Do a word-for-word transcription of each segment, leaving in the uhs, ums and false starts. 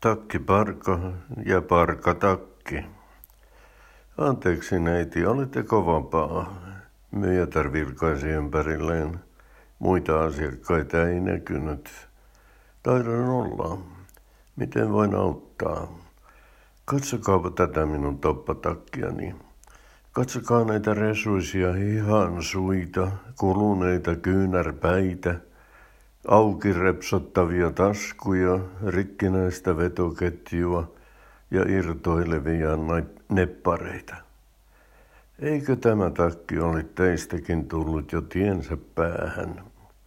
Takki parka ja parka takki. Anteeksi neiti, oletteko vapaa? Myyjätär vilkaisi ympärilleen. Muita asiakkaita ei näkynyt. Taidan olla. Miten voin auttaa? Katsokaapa tätä minun toppatakkiani. Katsokaa näitä resuisia hihansuita, kuluneita kyynärpäitä, auki repsottavia taskuja, rikkinäistä vetoketjua ja irtoilevia neppareita. Eikö tämä takki ole teistäkin tullut jo tiensä päähän?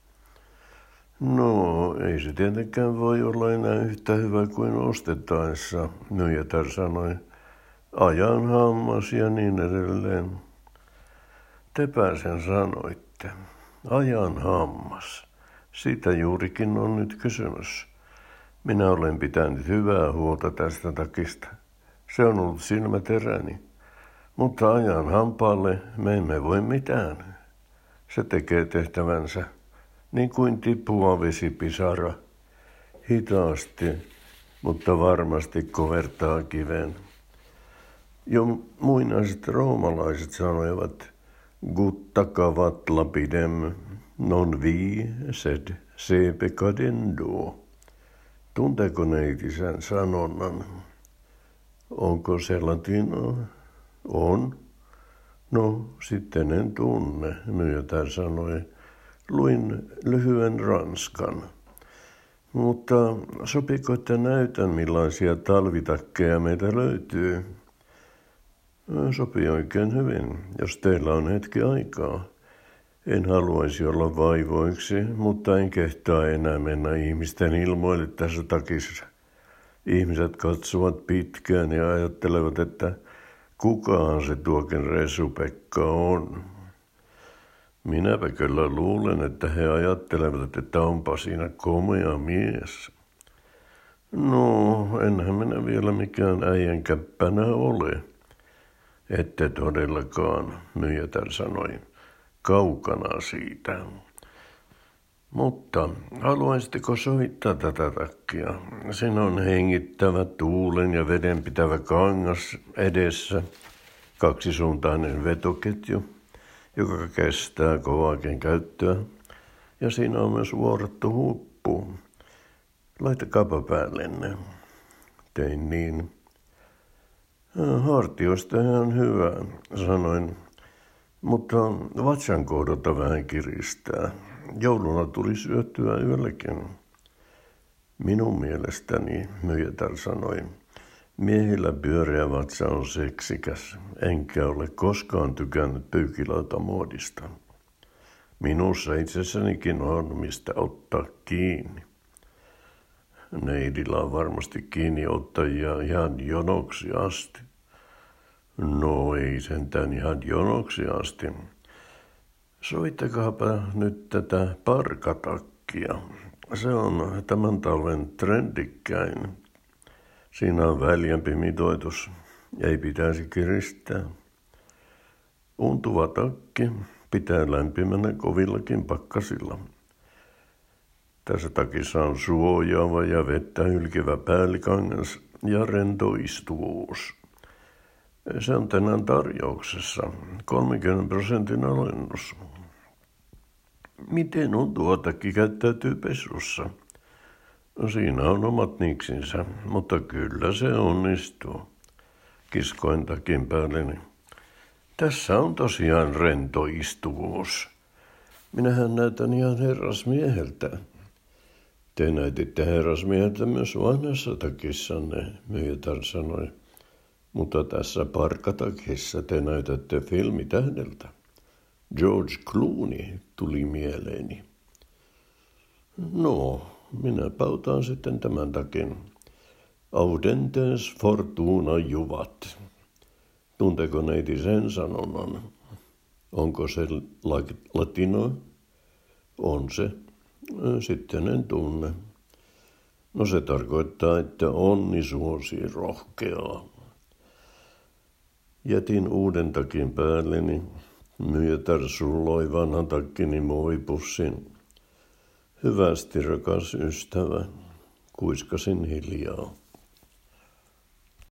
No, ei se tietenkään voi olla enää yhtä hyvä kuin ostettaessa, myyjätär sanoi. Ajan hammas ja niin edelleen. Tepä sen sanoitte. Ajan hammas. Siitä juurikin on nyt kysymys. Minä olen pitänyt hyvää huolta tästä takista. Se on ollut silmäteräni. Mutta ajan hampaalle me emme voi mitään. Se tekee tehtävänsä, niin kuin tippuva vesipisara. Hitaasti, mutta varmasti kovertaa kiveen. Jo muinaiset roomalaiset sanoivat, gutta cavat lapidem, non vi sed sepe cadendo. Tunteeko neiti sen sanonnan? Onko se latinoa? On. No, sitten en tunne, myyjätär sanoi. Luin lyhyen ranskan. Mutta sopiko, että näytän millaisia talvitakkeja meitä löytyy? Sopii oikein hyvin, jos teillä on hetki aikaa. En haluaisi olla vaivoiksi, mutta en kehtaa enää mennä ihmisten ilmoille tässä takissa. Ihmiset katsovat pitkään ja ajattelevat, että kukaan se tuokin Resu-Pekka on. Minäpä kyllä luulen, että he ajattelevat, että onpa siinä komea mies. No, enhän minä vielä mikään äijän käppänä ole. Ette todellakaan, myyjätär sanoi, kaukana siitä. Mutta haluaisitteko soittaa tätä takkia? Siinä on hengittävä tuulen ja veden pitävä kangas edessä, kaksisuuntainen vetoketju, joka kestää kovaakin käyttöä, ja siinä on myös vuorattu huppu. Laitakaapa päällenne. Tein niin. Hartioista ihan hyvä, sanoin, mutta vatsan kohdalta vähän kiristää. Jouluna tuli syöttyä yölläkin. Minun mielestäni, myyjätär sanoi, miehillä pyöreä vatsa on seksikäs, enkä ole koskaan tykännyt pyykilautamuodista. Minussa itsessänikin on, mistä ottaa kiinni. Neidillä on varmasti kiinni ottajia ihan jonoksi asti. No ei sentään ihan jonoksi asti. Soittakaapa nyt tätä parkatakkia. Se on tämän talven trendikkäin. Siinä on väljempi mitoitus. Ei pitäisi kiristää. Untuva takki pitää lämpimänä kovillakin pakkasilla. Tässä takissa on suojaava ja vettä hylkivä päällikangas ja rento istuvuus. Se on tänään tarjouksessa. kolmenkymmenen prosentin alennus. Miten untuva takki käyttäytyy pesussa? Siinä on omat niksinsä, mutta kyllä se onnistuu. Kiskoin takin päälleni. Tässä on tosiaan rento istuvuus. Minähän näytän ihan herrasmieheltä. Te näytitte herrasmieheltä myös vanhassa takissanne, myyjätär sanoi. Mutta tässä parkatakissa te näytätte filmitähdeltä. George Clooney tuli mieleeni. No, minä pautaan sitten tämän takin. Audentes fortuna juvat. Tunteeko neiti sen sanonnan? Onko se latino? On se. Sitten en tunne. No se tarkoittaa, että onni suosii rohkeaa. Jätin uuden takin päälleni. Myyjätär sulloi vanhan takkini muovipussin. Hyvästi, rakas ystävä, kuiskasin hiljaa.